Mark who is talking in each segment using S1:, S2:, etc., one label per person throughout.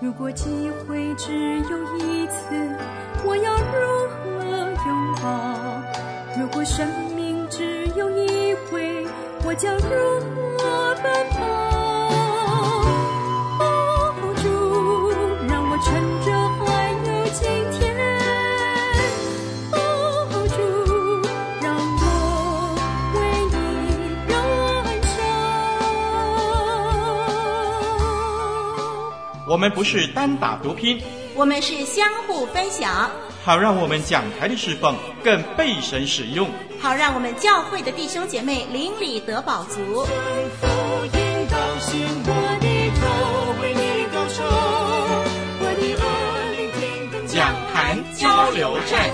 S1: 如果机会只有一次，我要如何拥抱？如果生命只有一回，我将如何奔跑？哦，主，让我趁着还有今天。哦，主，让我为你燃烧。
S2: 我们不是单打独拼，
S3: 我们是相互分享，
S2: 好让我们讲台的侍奉更被神使用，
S3: 好让我们教会的弟兄姐妹邻里得饱足。
S1: 福音高兴我的头，为你高唱，我的耳聆听更
S2: 讲坛交流站。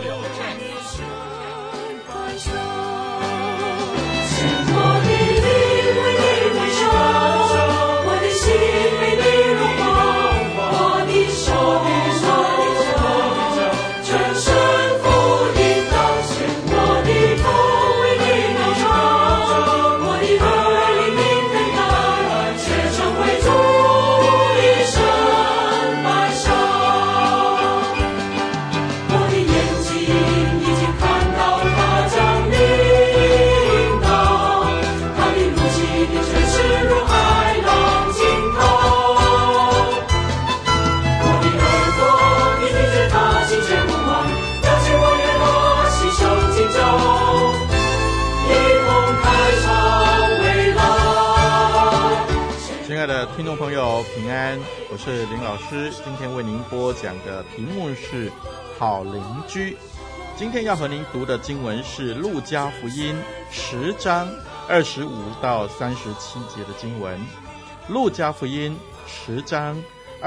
S4: 听众朋友平安，我是林老师。今天为您播讲的题目是好邻居。今天要和您读的经文是路加福音10章25到37节的经文。路加福音10章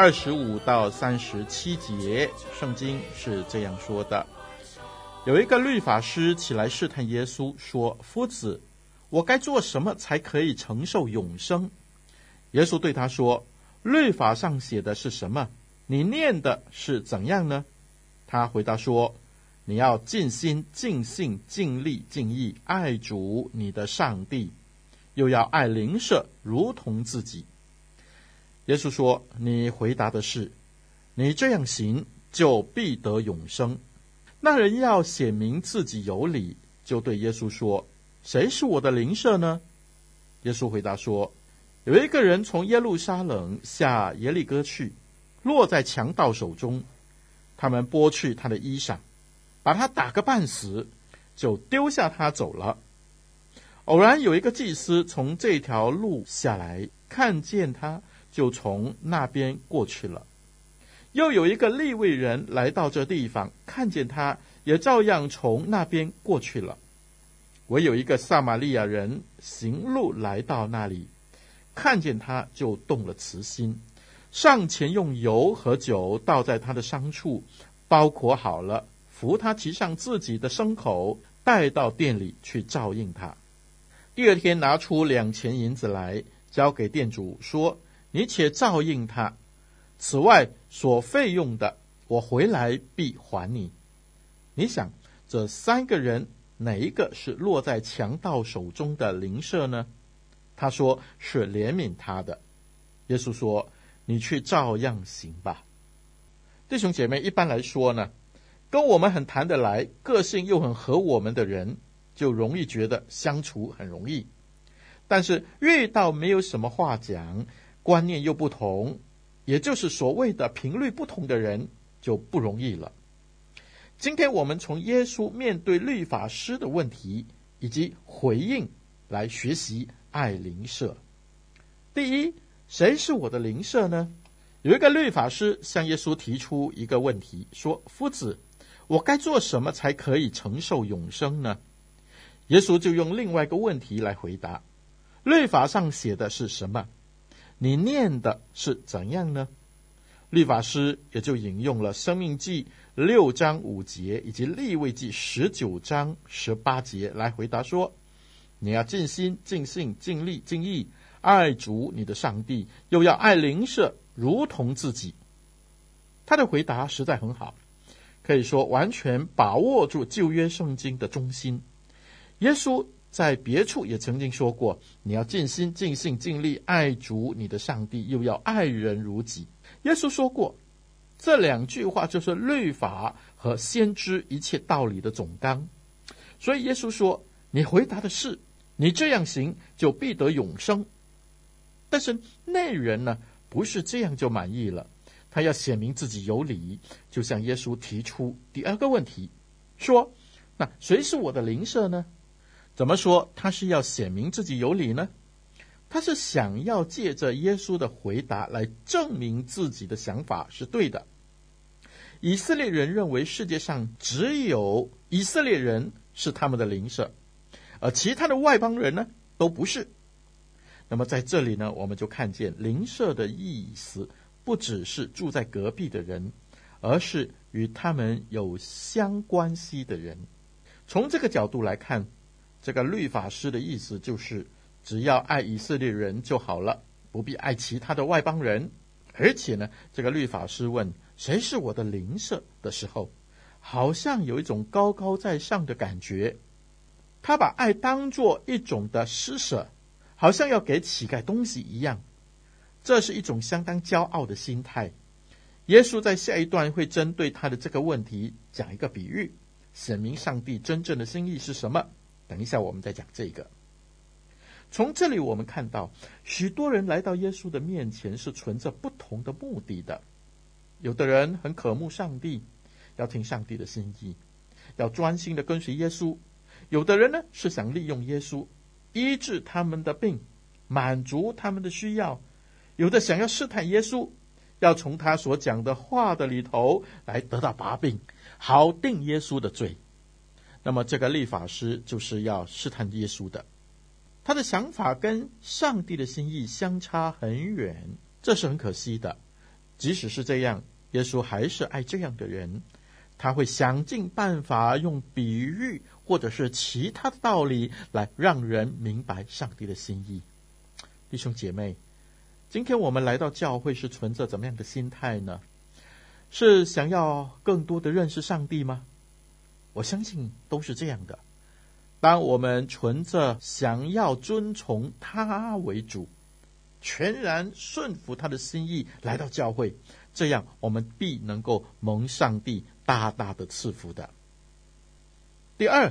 S4: 25到37节，圣经是这样说的：有一个律法师起来试探耶稣，说：夫子，我该做什么才可以承受永生？耶稣对他说：律法上写的是什么？你念的是怎样呢？他回答说：你要尽心尽性尽力尽意爱主你的上帝，又要爱邻舍如同自己。耶稣说：你回答的是，你这样行就必得永生。那人要显明自己有理，就对耶稣说：谁是我的邻舍呢？耶稣回答说：有一个人从耶路撒冷下耶利哥去，落在强盗手中，他们剥去他的衣裳，把他打个半死，就丢下他走了。偶然有一个祭司从这条路下来，看见他，就从那边过去了。又有一个利未人来到这地方，看见他，也照样从那边过去了。唯有一个撒玛利亚人行路来到那里，看见他，就动了慈心，上前用油和酒倒在他的伤处，包裹好了，扶他骑上自己的牲口，带到店里去照应他。第二天拿出2钱银子来，交给店主，说：你且照应他，此外所费用的，我回来必还你。你想，这3个人哪一个是落在强盗手中的邻舍呢？他说是怜悯他的。耶稣说：你去照样行吧。弟兄姐妹，一般来说呢，跟我们很谈得来，个性又很合我们的人，就容易觉得相处很容易。但是遇到没有什么话讲，观念又不同，也就是所谓的频率不同的人，就不容易了。今天我们从耶稣面对律法师的问题以及回应来学习爱邻舍。第一，谁是我的邻舍呢？有一个律法师向耶稣提出一个问题，说：夫子，我该做什么才可以承受永生呢？耶稣就用另外一个问题来回答：律法上写的是什么？你念的是怎样呢？律法师也就引用了申命记6章5节以及利未记19章18节来回答说：你要尽心尽性尽力尽意爱主你的上帝，又要爱邻舍如同自己。他的回答实在很好，可以说完全把握住旧约圣经的中心。耶稣在别处也曾经说过，你要尽心尽性尽力爱主你的上帝，又要爱人如己。 耶稣说过，这2句话就是律法和先知一切道理的总纲。所以耶稣说，你回答的是，你这样行就必得永生。但是那人呢，不是这样就满意了，他要显明自己有理，就向耶稣提出第2个问题，说，那谁是我的邻舍呢？怎么说他是要显明自己有理呢？他是想要借着耶稣的回答来证明自己的想法是对的。以色列人认为世界上只有以色列人是他们的邻舍，而其他的外邦人呢，都不是。那么在这里呢，我们就看见邻舍的意思不只是住在隔壁的人，而是与他们有相关系的人。从这个角度来看，这个律法师的意思就是只要爱以色列人就好了，不必爱其他的外邦人。而且呢，这个律法师问谁是我的邻舍的时候，好像有一种高高在上的感觉。他把爱当作一种的施舍，好像要给乞丐东西一样。这是一种相当骄傲的心态。耶稣在下一段会针对他的这个问题讲一个比喻，显明上帝真正的心意是什么。等一下我们再讲这个。从这里我们看到，许多人来到耶稣的面前是存着不同的目的的。有的人很渴慕上帝，要听上帝的心意，要专心的跟随耶稣。有的人呢，是想利用耶稣医治他们的病，满足他们的需要。有的想要试探耶稣，要从他所讲的话的里头来得到把柄，好定耶稣的罪。那么这个律法师就是要试探耶稣的，他的想法跟上帝的心意相差很远，这是很可惜的。即使是这样，耶稣还是爱这样的人，他会想尽办法用比喻或者是其他的道理来让人明白上帝的心意。弟兄姐妹，今天我们来到教会是存着怎么样的心态呢？是想要更多的认识上帝吗？我相信都是这样的。当我们存着想要遵从他为主，全然顺服他的心意来到教会，这样我们必能够蒙上帝大大的赐福的。第二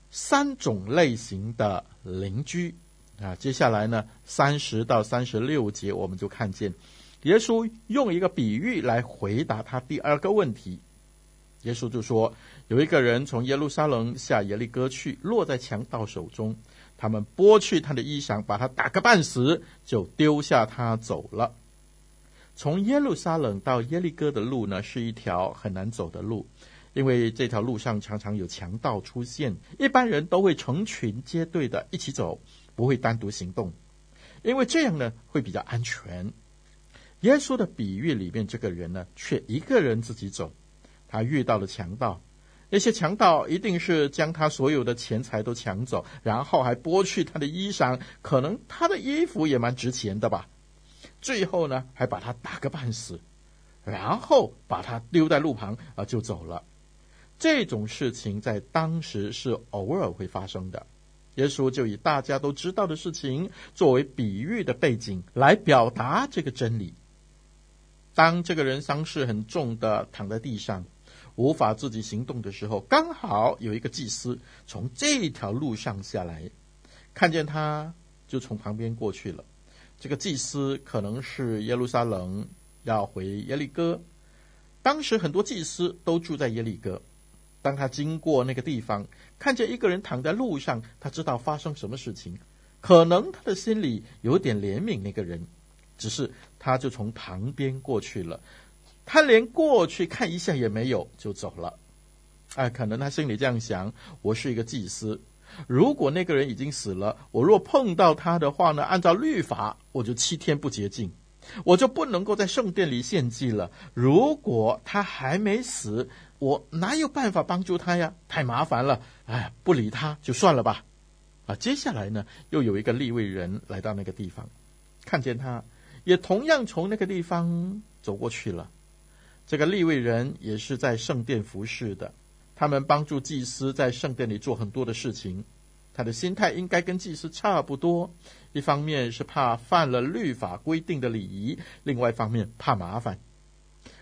S4: ，3种类型的邻居接下来呢，30到36节我们就看见耶稣用一个比喻来回答他第2个问题。耶稣就说，有一个人从耶路撒冷下耶利哥去，落在强盗手中，他们剥去他的衣裳，把他打个半死，就丢下他走了。从耶路撒冷到耶利哥的路呢，是一条很难走的路，因为这条路上常常有强盗出现，一般人都会成群结队的一起走，不会单独行动，因为这样呢会比较安全。耶稣的比喻里面，这个人呢却一个人自己走，他遇到了强盗，那些强盗一定是将他所有的钱财都抢走，然后还剥去他的衣裳，可能他的衣服也蛮值钱的吧。最后呢，还把他打个半死，然后把他丢在路旁就走了。这种事情在当时是偶尔会发生的。耶稣就以大家都知道的事情作为比喻的背景来表达这个真理。当这个人伤势很重的躺在地上，无法自己行动的时候，刚好有一个祭司从这条路上下来，看见他就从旁边过去了。这个祭司可能是耶路撒冷要回耶利哥，当时很多祭司都住在耶利哥。当他经过那个地方，看见一个人躺在路上，他知道发生什么事情，可能他的心里有点怜悯那个人，只是他就从旁边过去了，他连过去看一下也没有就走了。可能他心里这样想，我是一个祭司，如果那个人已经死了，我若碰到他的话呢，按照律法我就7天不洁净，我就不能够在圣殿里献祭了。如果他还没死，我哪有办法帮助他呀？太麻烦了，不理他就算了吧。接下来呢，又有一个利未人来到那个地方，看见他，也同样从那个地方走过去了。这个利未人也是在圣殿服侍的，他们帮助祭司在圣殿里做很多的事情。他的心态应该跟祭司差不多，一方面是怕犯了律法规定的礼仪，另外一方面怕麻烦，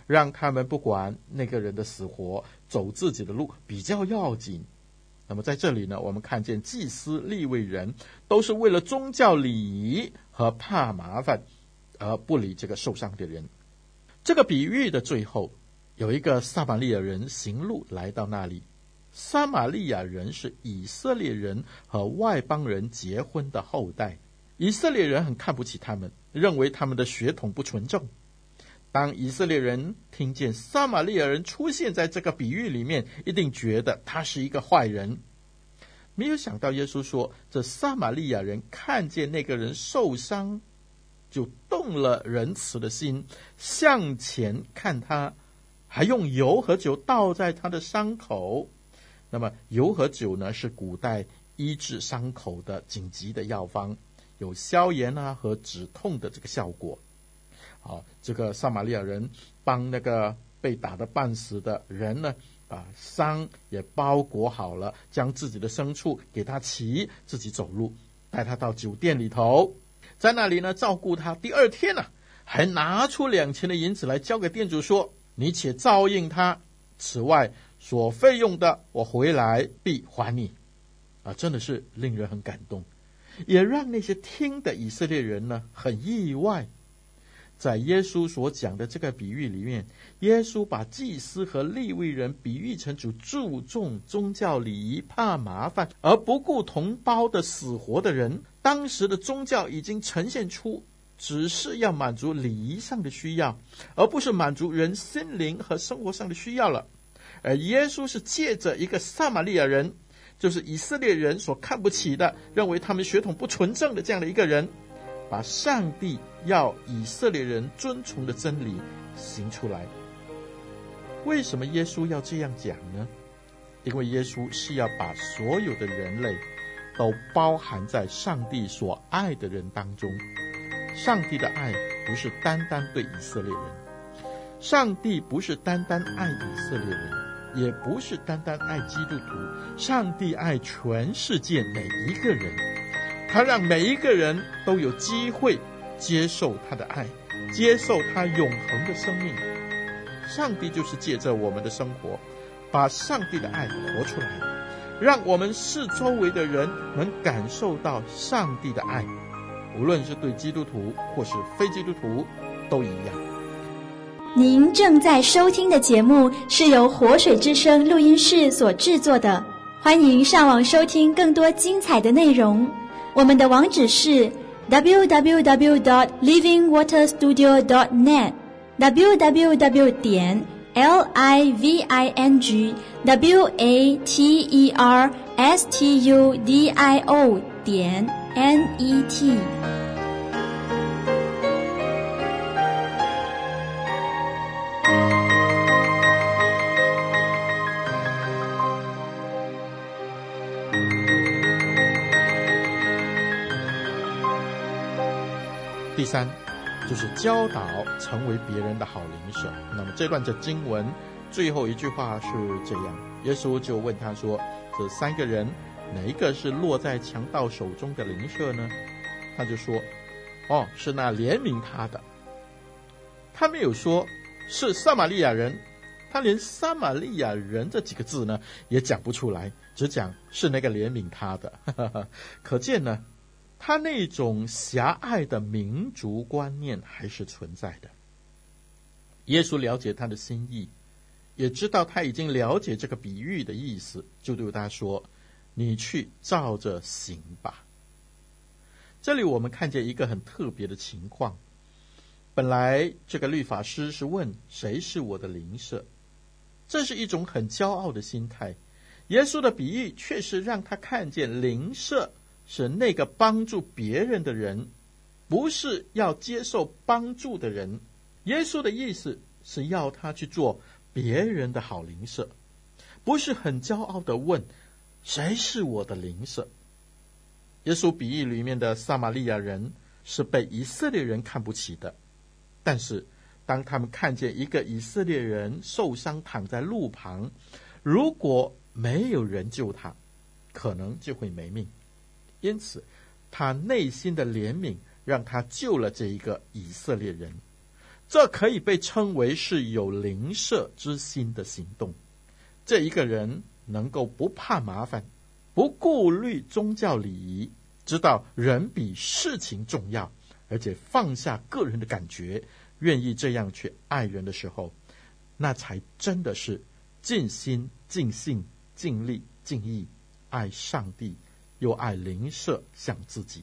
S4: 让他们不管那个人的死活，走自己的路比较要紧。那么在这里呢，我们看见祭司、利未人都是为了宗教礼仪和怕麻烦而不理这个受伤的人。这个比喻的最后，有一个撒玛利亚人行路来到那里。撒玛利亚人是以色列人和外邦人结婚的后代，以色列人很看不起他们，认为他们的血统不纯正。当以色列人听见撒玛利亚人出现在这个比喻里面，一定觉得他是一个坏人。没有想到耶稣说，这撒玛利亚人看见那个人受伤，就动了仁慈的心，向前看他，还用油和酒倒在他的伤口。那么油和酒呢，是古代医治伤口的紧急的药方，有消炎和止痛的这个效果。这个撒玛利亚人帮那个被打得半死的人呢，把伤也包裹好了，将自己的牲畜给他骑，自己走路，带他到酒店里头，在那里呢照顾他。第二天呢，还拿出2钱的银子来交给店主，说：“你且照应他，此外所费用的，我回来必还你。”真的是令人很感动，也让那些听的以色列人呢很意外。在耶稣所讲的这个比喻里面，耶稣把祭司和利未人比喻成主注重宗教礼仪、怕麻烦而不顾同胞的死活的人。当时的宗教已经呈现出只是要满足礼仪上的需要，而不是满足人心灵和生活上的需要了。而耶稣是借着一个撒玛利亚人，就是以色列人所看不起的，认为他们血统不纯正的这样的一个人，把上帝要以色列人遵从的真理行出来。为什么耶稣要这样讲呢？因为耶稣是要把所有的人类都包含在上帝所爱的人当中。上帝的爱不是单单对以色列人，上帝不是单单爱以色列人，也不是单单爱基督徒，上帝爱全世界每一个人，他让每一个人都有机会接受他的爱，接受他永恒的生命。上帝就是借着我们的生活，把上帝的爱活出来，让我们四周围的人能感受到上帝的爱，无论是对基督徒或是非基督徒都一样。
S5: 您正在收听的节目是由活水之声录音室所制作的，欢迎上网收听更多精彩的内容。我们的网址是 www.livingwaterstudio.net www.livingwaterstudio.net。
S4: 第三，就是教导成为别人的好邻舍。那么这段的经文最后一句话是这样，耶稣就问他说，这3个人哪一个是落在强盗手中的邻舍呢？他就说，是那怜悯他的。他没有说是撒玛利亚人，他连撒玛利亚人这几个字呢也讲不出来，只讲是那个怜悯他的。可见呢，他那种狭隘的民族观念还是存在的。耶稣了解他的心意，也知道他已经了解这个比喻的意思，就对他说，你去照着行吧。这里我们看见一个很特别的情况，本来这个律法师是问谁是我的邻舍，这是一种很骄傲的心态。耶稣的比喻却是让他看见邻舍是那个帮助别人的人，不是要接受帮助的人。耶稣的意思是要他去做别人的好邻舍，不是很骄傲地问谁是我的邻舍。耶稣比喻里面的撒玛利亚人是被以色列人看不起的，但是当他们看见一个以色列人受伤躺在路旁，如果没有人救他，可能就会没命。因此他内心的怜悯让他救了这一个以色列人。 这可以被称为是有邻舍之心的行动。这一个人能够不怕麻烦，不顾虑宗教礼仪，知道人比事情重要，而且放下个人的感觉，愿意这样去爱人的时候，那才真的是尽心尽性尽力尽意爱上帝，又爱邻舍像自己。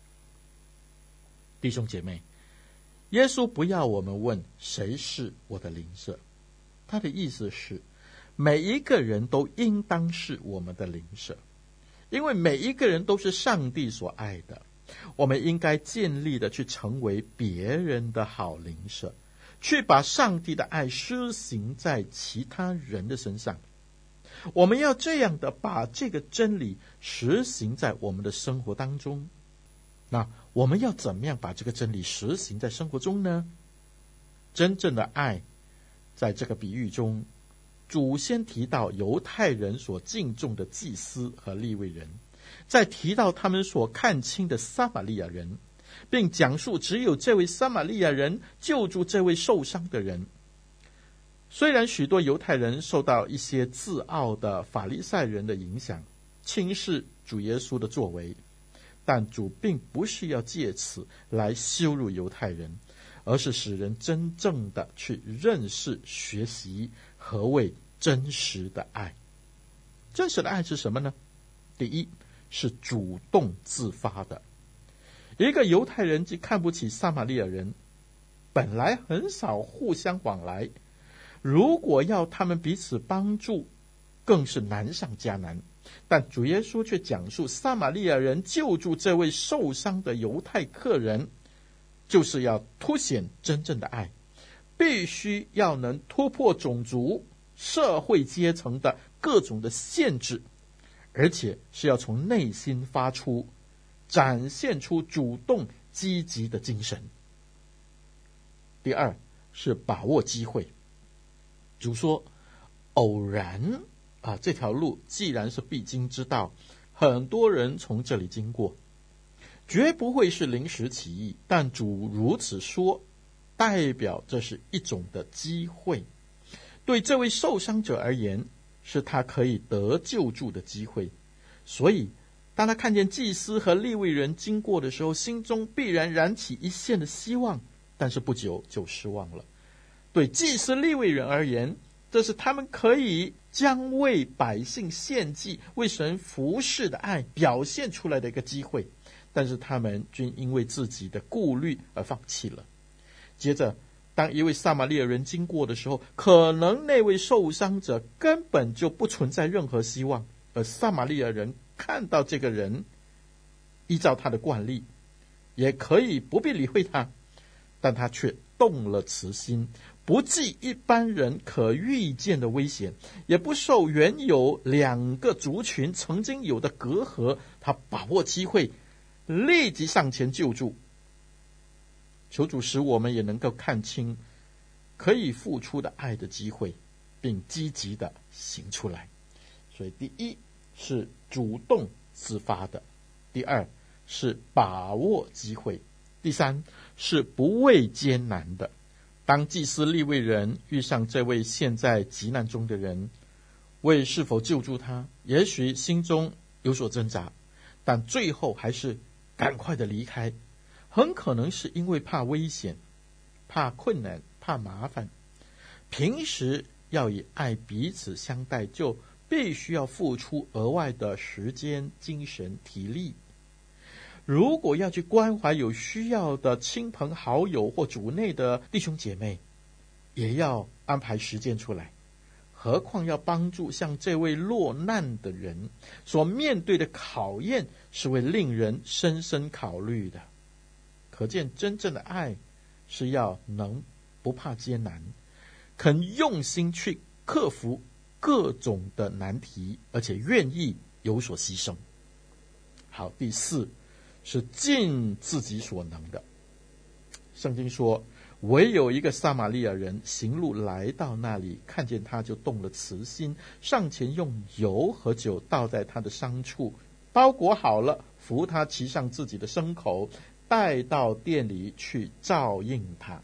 S4: 弟兄姐妹，耶稣不要我们问谁是我的邻舍，他的意思是每一个人都应当是我们的邻舍，因为每一个人都是上帝所爱的，我们应该尽力的去成为别人的好邻舍，去把上帝的爱施行在其他人的身上。我们要这样的把这个真理实行在我们的生活当中。那我们要怎么样把这个真理实行在生活中呢？真正的爱，在这个比喻中，主先提到犹太人所敬重的祭司和利未人，再提到他们所看轻的撒玛利亚人，并讲述只有这位撒玛利亚人救助这位受伤的人。虽然许多犹太人受到一些自傲的法利赛人的影响，轻视主耶稣的作为，但主并不是要借此来羞辱犹太人，而是使人真正的去认识学习何谓真实的爱。真实的爱是什么呢？第一，是主动自发的。一个犹太人既看不起撒玛利亚人，本来很少互相往来，如果要他们彼此帮助，更是难上加难。但主耶稣却讲述撒玛利亚人救助这位受伤的犹太客人，就是要凸显真正的爱，必须要能突破种族、社会阶层的各种的限制，而且是要从内心发出，展现出主动积极的精神。第二，是把握机会。主说，偶然这条路既然是必经之道，很多人从这里经过，绝不会是临时起意，但主如此说，代表这是一种的机会。对这位受伤者而言，是他可以得救助的机会。所以当他看见祭司和利未人经过的时候，心中必然燃起一线的希望，但是不久就失望了。对祭司利未人而言，这是他们可以将为百姓献祭、为神服侍的爱表现出来的一个机会，但是他们均因为自己的顾虑而放弃了。接着，当一位撒玛利亚人经过的时候，可能那位受伤者根本就不存在任何希望，而撒玛利亚人看到这个人，依照他的惯例，也可以不必理会他，但他却动了慈心，不计一般人可预见的危险，也不受原有两个族群曾经有的隔阂，他把握机会，立即上前救助。求主使我们也能够看清可以付出的爱的机会，并积极的行出来。所以第一是主动自发的，第二是把握机会，第三是不畏艰难的。当祭司利未人遇上这位现在急难中的人，为是否救助他，也许心中有所挣扎，但最后还是赶快的离开，很可能是因为怕危险、怕困难、怕麻烦。平时要以爱彼此相待，就必须要付出额外的时间、精神、体力。如果要去关怀有需要的亲朋好友或主内的弟兄姐妹，也要安排时间出来。何况要帮助像这位落难的人，所面对的考验是会令人深深考虑的。可见真正的爱是要能不怕艰难，肯用心去克服各种的难题，而且愿意有所牺牲。好，第四是尽自己所能的。圣经说，唯有一个撒玛利亚人行路来到那里，看见他就动了慈心，上前用油和酒倒在他的伤处，包裹好了，扶他骑上自己的牲口，带到店里去照应他。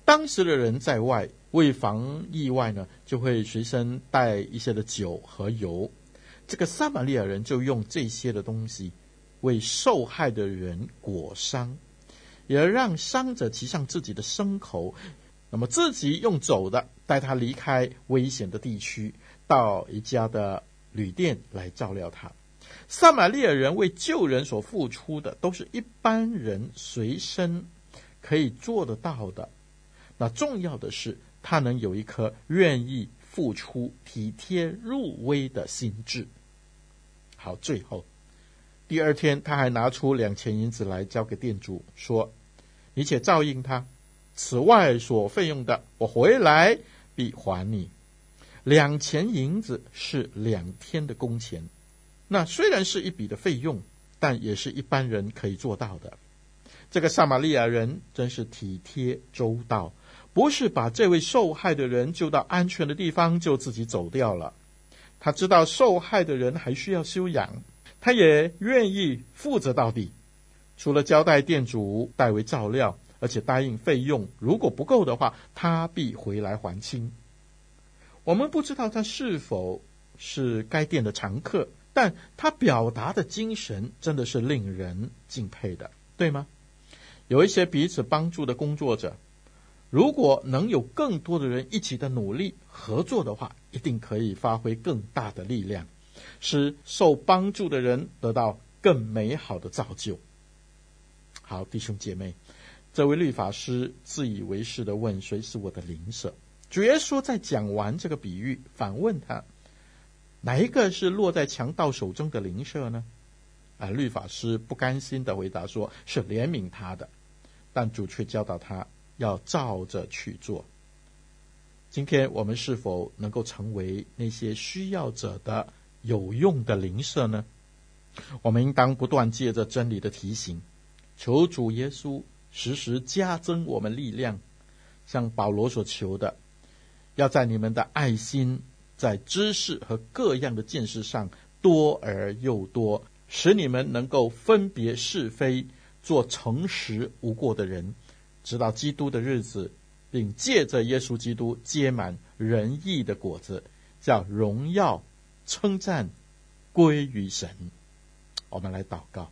S4: 当时的人在外，为防意外呢，就会随身带一些的酒和油。这个撒玛利亚人就用这些的东西为受害的人裹伤，也让伤者骑上自己的牲口，那么自己用走的带他离开危险的地区，到一家的旅店来照料他。撒玛利亚人为救人所付出的，都是一般人随身可以做得到的。那重要的是，他能有一颗愿意付出、体贴入微的心智。好，最后第二天，他还拿出2钱银子来交给店主，说：“你且照应他，此外所费用的，我回来必还你。”2钱银子是2天的工钱，那虽然是一笔的费用，但也是一般人可以做到的。这个撒玛利亚人真是体贴周到，不是把这位受害的人救到安全的地方就自己走掉了。他知道受害的人还需要休养，他也愿意负责到底。除了交代店主代为照料，而且答应费用，如果不够的话，他必回来还清。我们不知道他是否是该店的常客，但他表达的精神真的是令人敬佩的，对吗？有一些彼此帮助的工作者，如果能有更多的人一起的努力合作的话，一定可以发挥更大的力量，使受帮助的人得到更美好的造就。好，弟兄姐妹，这位律法师自以为是地问：谁是我的邻舍？主耶稣在讲完这个比喻，反问他：哪一个是落在强盗手中的邻舍呢？律法师不甘心地回答说：是怜悯他的。但主却教导他要照着去做。今天我们是否能够成为那些需要者的有用的邻舍呢？我们应当不断借着真理的提醒，求主耶稣时时加增我们力量，像保罗所求的，要在你们的爱心，在知识和各样的见识上多而又多，使你们能够分别是非，做诚实无过的人，直到基督的日子，并借着耶稣基督结满仁义的果子，叫荣耀称赞归于神。我们来祷告。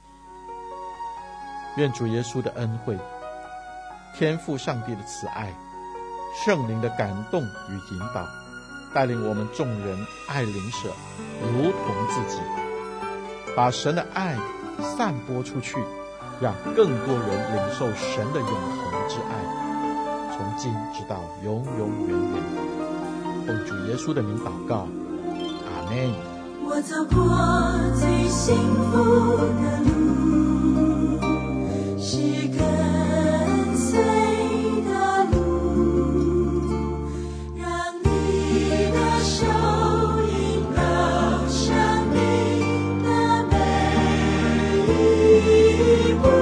S4: 愿主耶稣的恩惠、天父上帝的慈爱、圣灵的感动与引导，带领我们众人爱邻舍如同自己，把神的爱散播出去，让更多人领受神的永恒之爱，从今直到永永远远。奉主耶稣的名祷告，阿们。
S1: 我走过最幸福的路，是跟随的路，让你的手引导生命的每一步。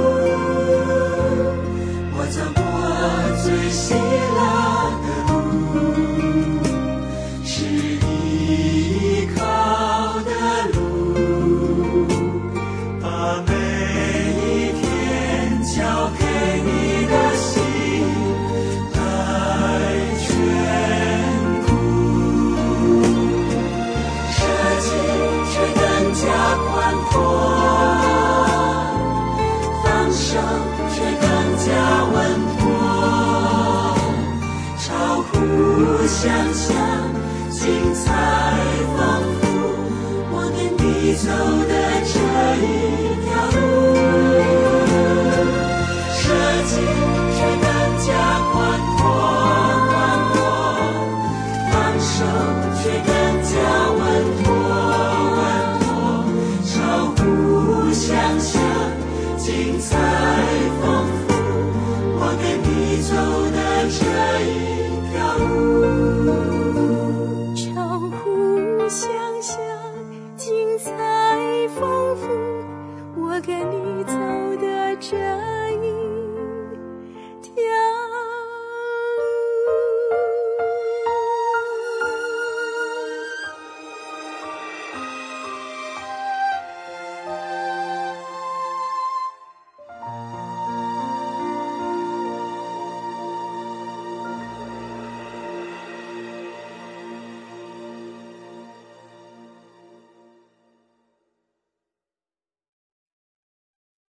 S1: 我走过最喜乐的路，是依靠的路，把每一天交给你的心来眷顾，舍己却更加宽阔，放手却更加稳妥，超乎想象，精彩丰富，我跟你走。